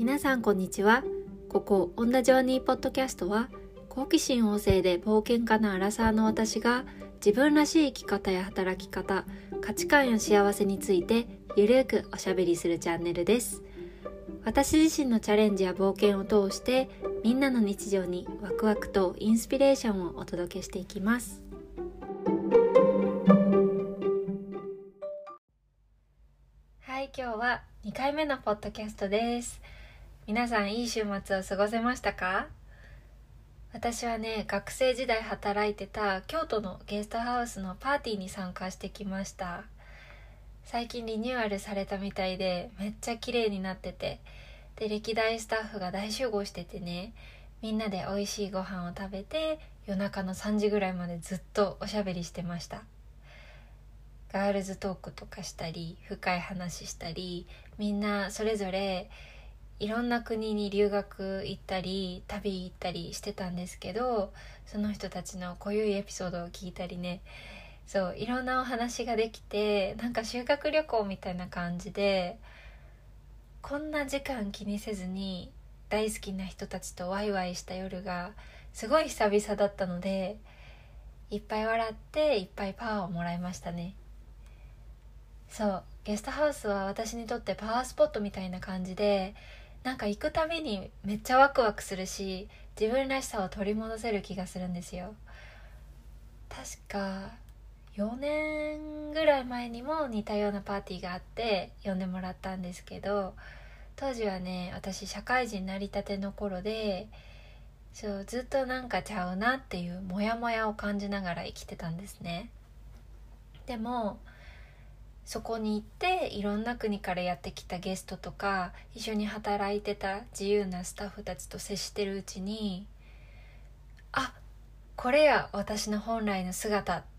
皆さんこんにちは。ここオンダジョーニーポッドキャストは、好奇心旺盛で冒険家のアラサーの私が自分らしい生き方や働き方、価値観や幸せについてゆるくおしゃべりするチャンネルです。私自身のチャレンジや冒険を通してみんなの日常にワクワクとインスピレーションをお届けしていきます。はい、今日は2回目のポッドキャストです。皆さんいい週末を過ごせましたか？私はね、学生時代働いてた京都のゲストハウスのパーティーに参加してきました。最近リニューアルされたみたいでめっちゃ綺麗になってて、で歴代スタッフが大集合しててね、みんなで美味しいご飯を食べて夜中の3時ぐらいまでずっとおしゃべりしてました。ガールズトークとかしたり、深い話したり、みんなそれぞれいろんな国に留学行ったり旅行ったりしてたんですけど、その人たちの濃ゆいエピソードを聞いたりね、そういろんなお話ができて、なんか修学旅行みたいな感じで、こんな時間気にせずに大好きな人たちとワイワイした夜がすごい久々だったので、いっぱい笑っていっぱいパワーをもらいましたね。そうゲストハウスは私にとってパワースポットみたいな感じで、なんか行くたびにめっちゃワクワクするし、自分らしさを取り戻せる気がするんですよ。確か4年ぐらい前にも似たようなパーティーがあって呼んでもらったんですけど、当時はね、私社会人なりたての頃で、そうずっとなんかちゃうなっていうモヤモヤを感じながら生きてたんですね。でもそこに行っていろんな国からやってきたゲストとか一緒に働いてた自由なスタッフたちと接してるうちに、あ、これや私の本来の姿って、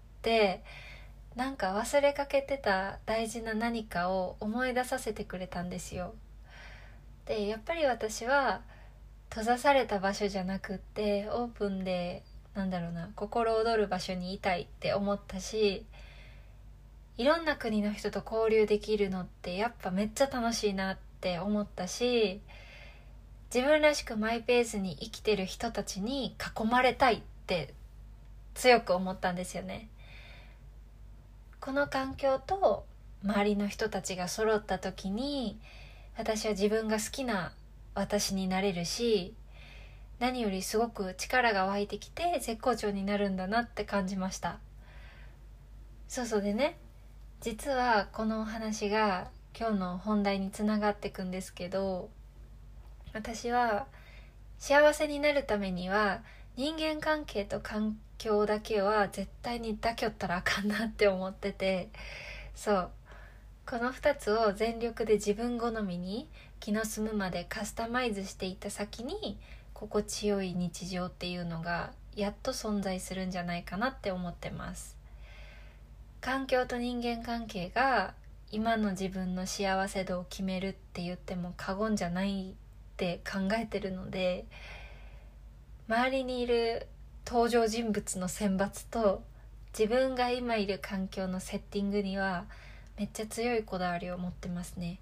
なんか忘れかけてた大事な何かを思い出させてくれたんですよ。でやっぱり私は閉ざされた場所じゃなくって、オープンで心躍る場所にいたいって思ったし、いろんな国の人と交流できるのってやっぱめっちゃ楽しいなって思ったし、自分らしくマイペースに生きてる人たちに囲まれたいって強く思ったんですよね。この環境と周りの人たちが揃った時に、私は自分が好きな私になれるし、何よりすごく力が湧いてきて絶好調になるんだなって感じました。そうでね、実はこのお話が今日の本題につながっていくんですけど、私は幸せになるためには人間関係と環境だけは絶対に妥協ったらあかんなって思ってて、そうこの2つを全力で自分好みに気の済むまでカスタマイズしていった先に、心地よい日常っていうのがやっと存在するんじゃないかなって思ってます。環境と人間関係が今の自分の幸せ度を決めるって言っても過言じゃないって考えてるので、周りにいる登場人物の選抜と自分が今いる環境のセッティングにはめっちゃ強いこだわりを持ってますね。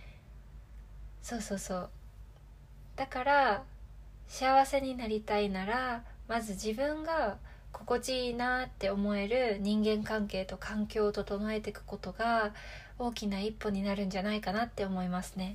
そうだから幸せになりたいなら、まず自分が心地いいなって思える人間関係と環境を整えていくことが大きな一歩になるんじゃないかなって思いますね。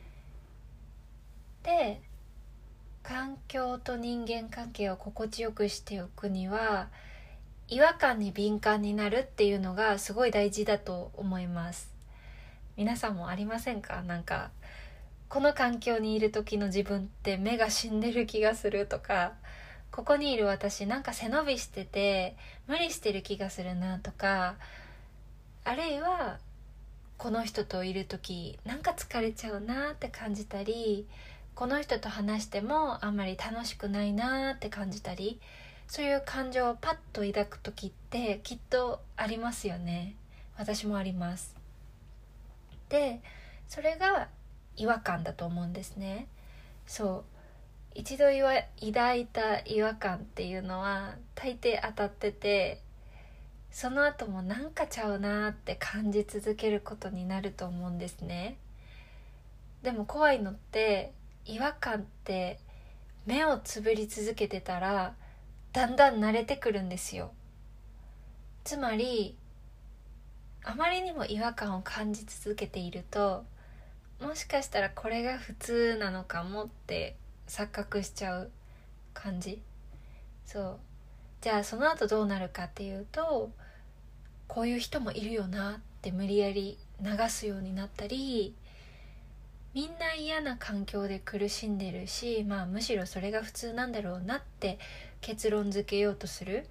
で、環境と人間関係を心地よくしておくには、違和感に敏感になるっていうのがすごい大事だと思います。皆さんもありませんか？なんかこの環境にいる時の自分って目が死んでる気がするとか、ここにいる私なんか背伸びしてて無理してる気がするなとか、あるいはこの人といる時なんか疲れちゃうなって感じたり、この人と話してもあんまり楽しくないなって感じたり、そういう感情をパッと抱く時ってきっとありますよね。私もあります。で、それが違和感だと思うんですね。一度抱いた違和感っていうのは大抵当たってて、その後もなんかちゃうなって感じ続けることになると思うんですね。でも怖いのって、 違和感って目をつぶり続けてたらだんだん慣れてくるんですよ。つまりあまりにも違和感を感じ続けていると、もしかしたらこれが普通なのかもって錯覚しちゃう感じ。じゃあその後どうなるかっていうと、こういう人もいるよなって無理やり流すようになったり、みんな嫌な環境で苦しんでるし、むしろそれが普通なんだろうなって結論付けようとする。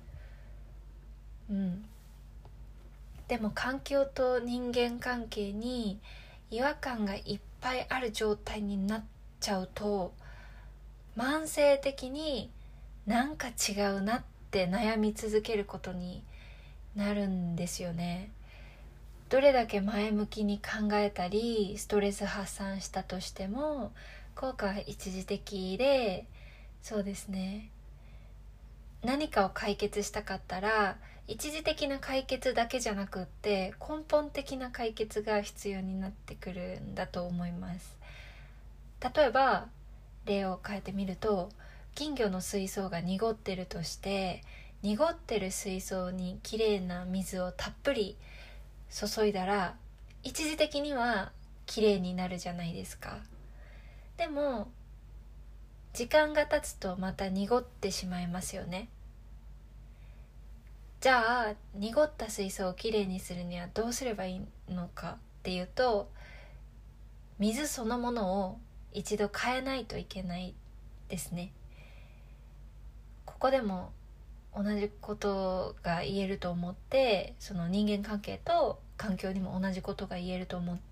でも環境と人間関係に違和感がいっぱいある状態になっちゃうと、慢性的になんか違うなって悩み続けることになるんですよね。どれだけ前向きに考えたりストレス発散したとしても効果は一時的で、そうですね、何かを解決したかったら一時的な解決だけじゃなくって根本的な解決が必要になってくるんだと思います。例えば例を変えてみると、金魚の水槽が濁ってるとして、濁ってる水槽にきれいな水をたっぷり注いだら一時的にはきれいになるじゃないですか。でも時間が経つとまた濁ってしまいますよね。じゃあ濁った水槽をきれいにするにはどうすればいいのかっていうと、水そのものを一度変えないといけないですね。ここでも同じことが言えると思って、その人間関係と環境にも同じことが言えると思って、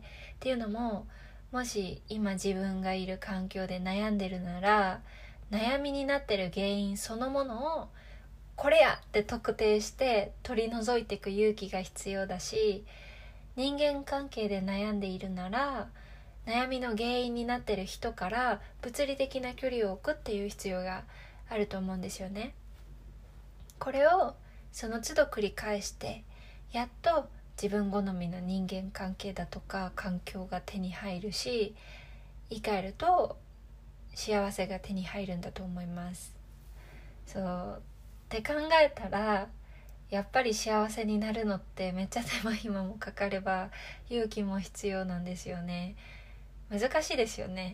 っていうのも、もし今自分がいる環境で悩んでるなら、悩みになってる原因そのものをこれやって特定して取り除いていく勇気が必要だし、人間関係で悩んでいるなら悩みの原因になってる人から物理的な距離を置くっていう必要があると思うんですよね。これをその都度繰り返して、やっと自分好みの人間関係だとか環境が手に入るし、言い換えると幸せが手に入るんだと思います。そうって考えたら、やっぱり幸せになるのってめっちゃ手間暇もかかれば勇気も必要なんですよね。難しいですよね。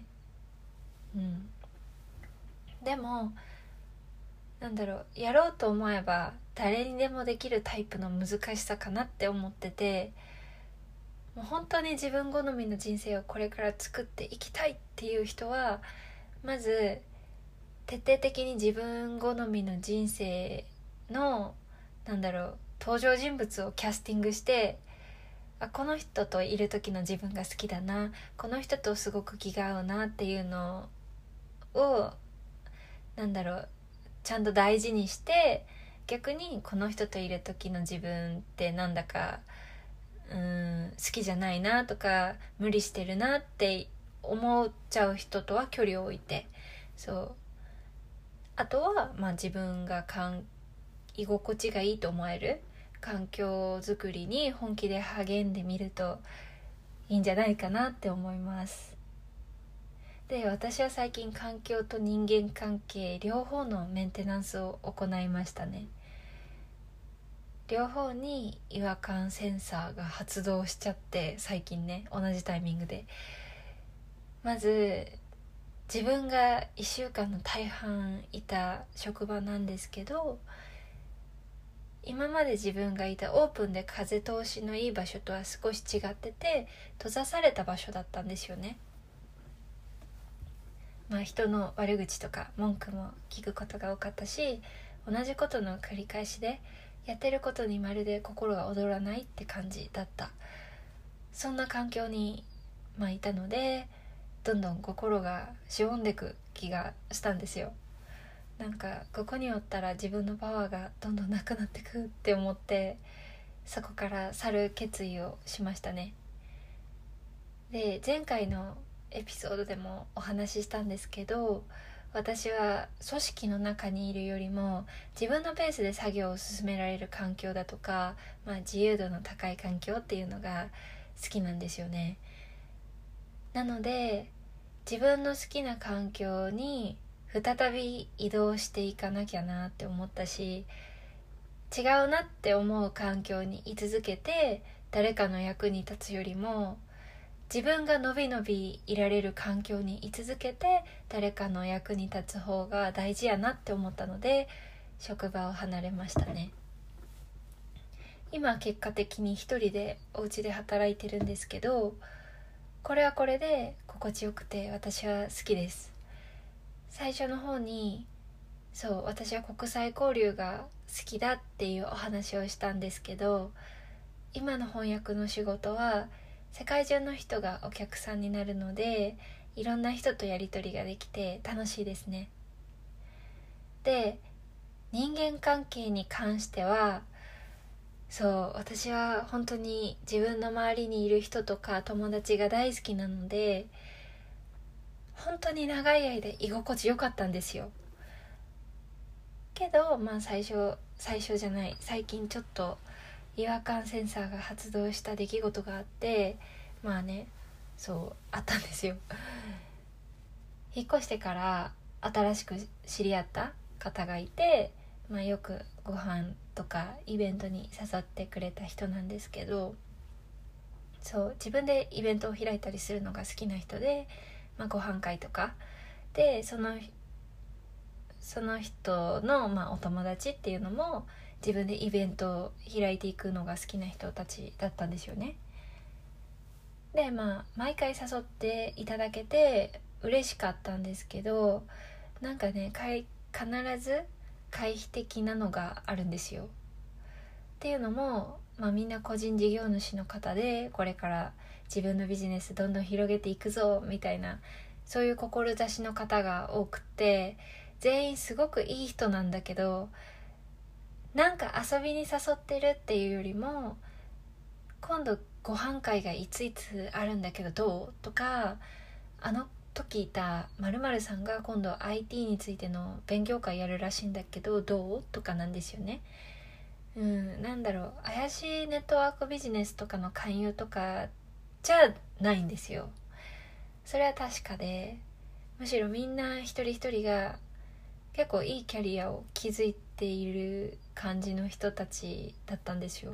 でもやろうと思えば誰にでもできるタイプの難しさかなって思ってて、もう本当に自分好みの人生をこれから作っていきたいっていう人は、まず徹底的に自分好みの人生の登場人物をキャスティングして、この人といる時の自分が好きだな、この人とすごく気が合うなっていうのをちゃんと大事にして、逆にこの人といる時の自分ってなんだか好きじゃないなとか無理してるなって思っちゃう人とは距離を置いて、あとは自分が居心地がいいと思える環境づくりに本気で励んでみるといいんじゃないかなって思います。で、私は最近環境と人間関係両方のメンテナンスを行いましたね。両方に違和感センサーが発動しちゃって、最近ね、同じタイミングで。まず自分が1週間の大半いた職場なんですけど、今まで自分がいたオープンで風通しのいい場所とは少し違ってて、閉ざされた場所だったんですよね。人の悪口とか文句も聞くことが多かったし、同じことの繰り返しでやってることにまるで心が躍らないって感じだった。そんな環境にいたので、どんどん心がしぼんでく気がしたんですよ。ここにおったら自分のパワーがどんどんなくなってくって思って、そこから去る決意をしましたね。で、前回のエピソードでもお話ししたんですけど、私は組織の中にいるよりも自分のペースで作業を進められる環境だとか、自由度の高い環境っていうのが好きなんですよね。なので自分の好きな環境に再び移動していかなきゃなって思ったし、違うなって思う環境に居続けて誰かの役に立つよりも、自分がのびのびいられる環境に居続けて誰かの役に立つ方が大事やなって思ったので、職場を離れましたね。今結果的に一人でお家で働いてるんですけど、これはこれで心地よくて私は好きです。最初の方に私は国際交流が好きだっていうお話をしたんですけど、今の翻訳の仕事は世界中の人がお客さんになるので、いろんな人とやり取りができて楽しいですね。で、人間関係に関しては私は本当に自分の周りにいる人とか友達が大好きなので、本当に長い間居心地良かったんですよ。けど最近ちょっと違和感センサーが発動した出来事があって、あったんですよ。引っ越してから新しく知り合った方がいて、よくご飯とかイベントに誘ってくれた人なんですけど、自分でイベントを開いたりするのが好きな人で、ご飯会とかでその人の、お友達っていうのも自分でイベントを開いていくのが好きな人たちだったんですよね。で毎回誘っていただけて嬉しかったんですけど、なんかね必ず回避的なのがあるんですよ。っていうのも、みんな個人事業主の方で、これから自分のビジネスどんどん広げていくぞみたいな、そういう志の方が多くて、全員すごくいい人なんだけど、なんか遊びに誘ってるっていうよりも、今度ご飯会がいついつあるんだけどどうとか、あの時いた〇〇さんが今度 IT についての勉強会やるらしいんだけどどうとかなんですよね。怪しいネットワークビジネスとかの勧誘とかじゃないんですよ。それは確かで、むしろみんな一人一人が結構いいキャリアを築いている感じの人たちだったんですよ。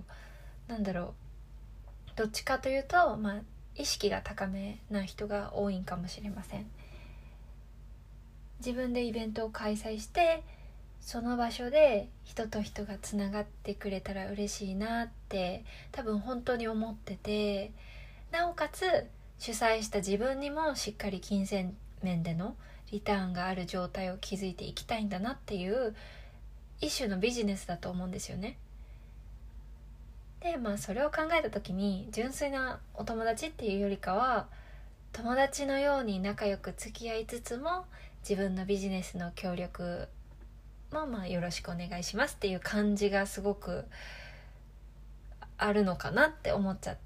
どっちかというと、意識が高めな人が多いんかもしれません。自分でイベントを開催して、その場所で人と人がつながってくれたら嬉しいなって多分本当に思ってて、なおかつ主催した自分にもしっかり金銭面でのリターンがある状態を築いていきたいんだなっていう一種のビジネスだと思うんですよね。でそれを考えた時に、純粋なお友達っていうよりかは、友達のように仲良く付き合いつつも自分のビジネスの協力もよろしくお願いしますっていう感じがすごくあるのかなって思っちゃって、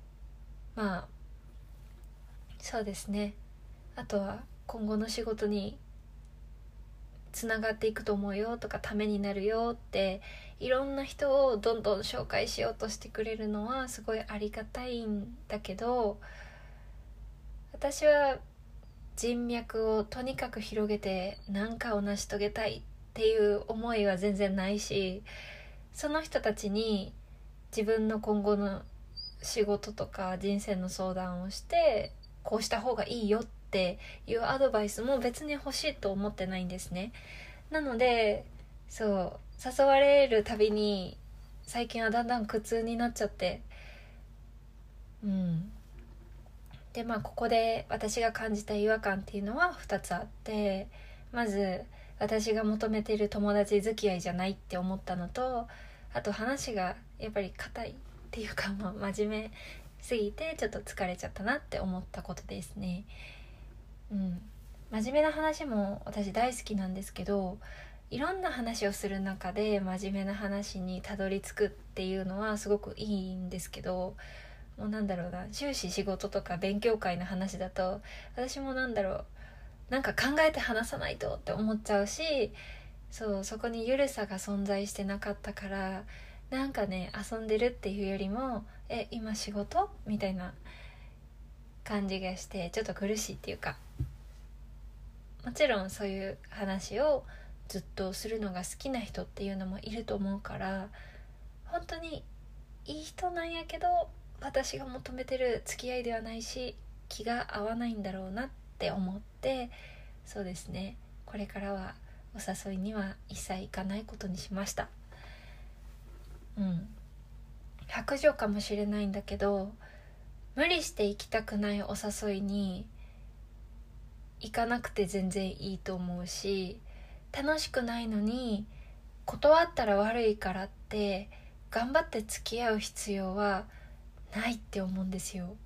そうですね。あとは今後の仕事につながっていくと思うよとか、ためになるよっていろんな人をどんどん紹介しようとしてくれるのはすごいありがたいんだけど、私は人脈をとにかく広げて何かを成し遂げたいっていう思いは全然ないし、その人たちに自分の今後の仕事とか人生の相談をして、こうした方がいいよっていうアドバイスも別に欲しいと思ってないんですね。なので誘われるたびに最近はだんだん苦痛になっちゃって、でここで私が感じた違和感っていうのは2つあって、まず私が求めている友達付き合いじゃないって思ったのと、あと話がやっぱり硬いっていうか、真面目すぎてちょっと疲れちゃったなって思ったことですね。真面目な話も私大好きなんですけど、いろんな話をする中で真面目な話にたどり着くっていうのはすごくいいんですけど、もう終始仕事とか勉強会の話だと、私もなんか考えて話さないとって思っちゃうし、そこにゆるさが存在してなかったから、遊んでるっていうよりも今仕事みたいな感じがしてちょっと苦しいっていうか、もちろんそういう話をずっとするのが好きな人っていうのもいると思うから、本当にいい人なんやけど私が求めてる付き合いではないし気が合わないんだろうなって思って、そうですね、これからはお誘いには一切行かないことにしました。白状かもしれないんだけど、無理して行きたくないお誘いに行かなくて全然いいと思うし、楽しくないのに断ったら悪いからって頑張って付き合う必要はないって思うんですよ。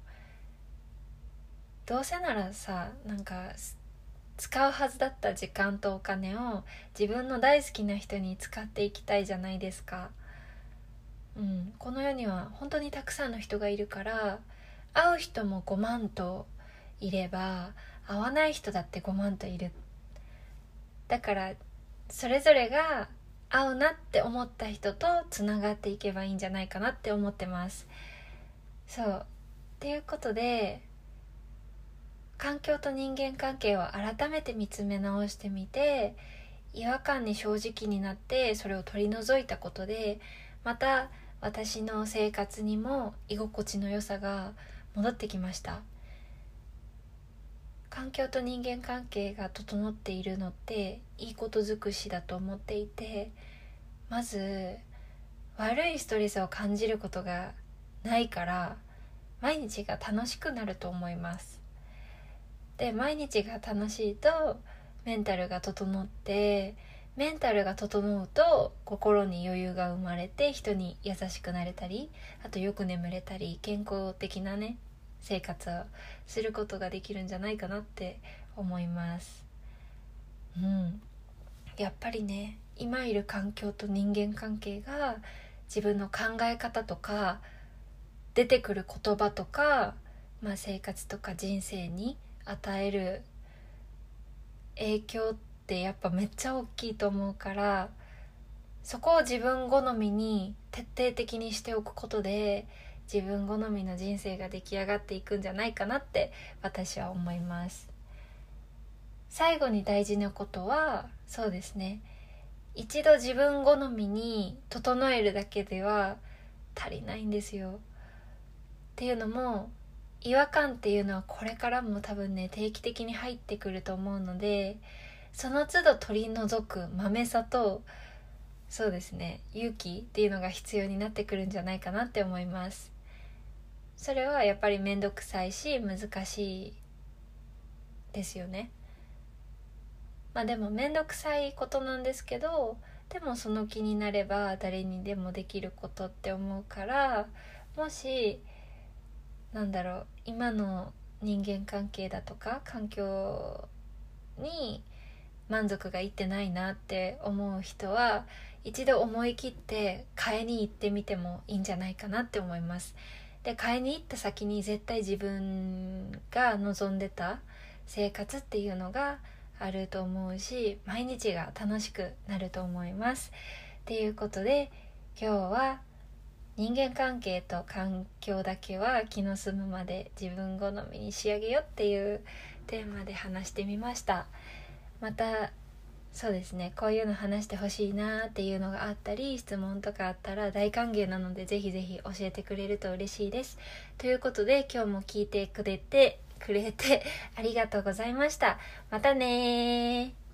どうせならさ、なんか使うはずだった時間とお金を自分の大好きな人に使っていきたいじゃないですか。この世には本当にたくさんの人がいるから、会う人も5万といれば会わない人だって5万といる。だからそれぞれが合うなって思った人とつながっていけばいいんじゃないかなって思ってます。そうっていうことで、環境と人間関係を改めて見つめ直してみて、違和感に正直になってそれを取り除いたことで、また私の生活にも居心地の良さが戻ってきました。環境と人間関係が整っているのっていいこと尽くしだと思っていて、まず悪いストレスを感じることがないから毎日が楽しくなると思います。で、毎日が楽しいとメンタルが整って、メンタルが整うと心に余裕が生まれて人に優しくなれたり、あとよく眠れたり健康的なね生活をすることができるんじゃないかなって思います。やっぱりね、今いる環境と人間関係が自分の考え方とか出てくる言葉とか、生活とか人生に与える影響ってやっぱめっちゃ大きいと思うから、そこを自分好みに徹底的にしておくことで自分好みの人生が出来上がっていくんじゃないかなって私は思います。最後に大事なことは、そうですね、一度自分好みに整えるだけでは足りないんですよ。っていうのも、違和感っていうのはこれからも多分ね定期的に入ってくると思うので、その都度取り除くまめさと、そうですね、勇気っていうのが必要になってくるんじゃないかなって思います。それはやっぱりめんどくさいし難しいですよね。でもめんどくさいことなんですけど、でもその気になれば誰にでもできることって思うから、もし今の人間関係だとか環境に満足がいってないなって思う人は、一度思い切って変えに行ってみてもいいんじゃないかなって思います。で、変えに行った先に絶対自分が望んでた生活っていうのがあると思うし、毎日が楽しくなると思います。っていうことで、今日は人間関係と環境だけは気の済むまで自分好みに仕上げよっていうテーマで話してみました。またそうですね、こういうの話してほしいなっていうのがあったり、質問とかあったら大歓迎なので、ぜひぜひ教えてくれると嬉しいです。ということで、今日も聞いてくれてありがとうございました。またねー。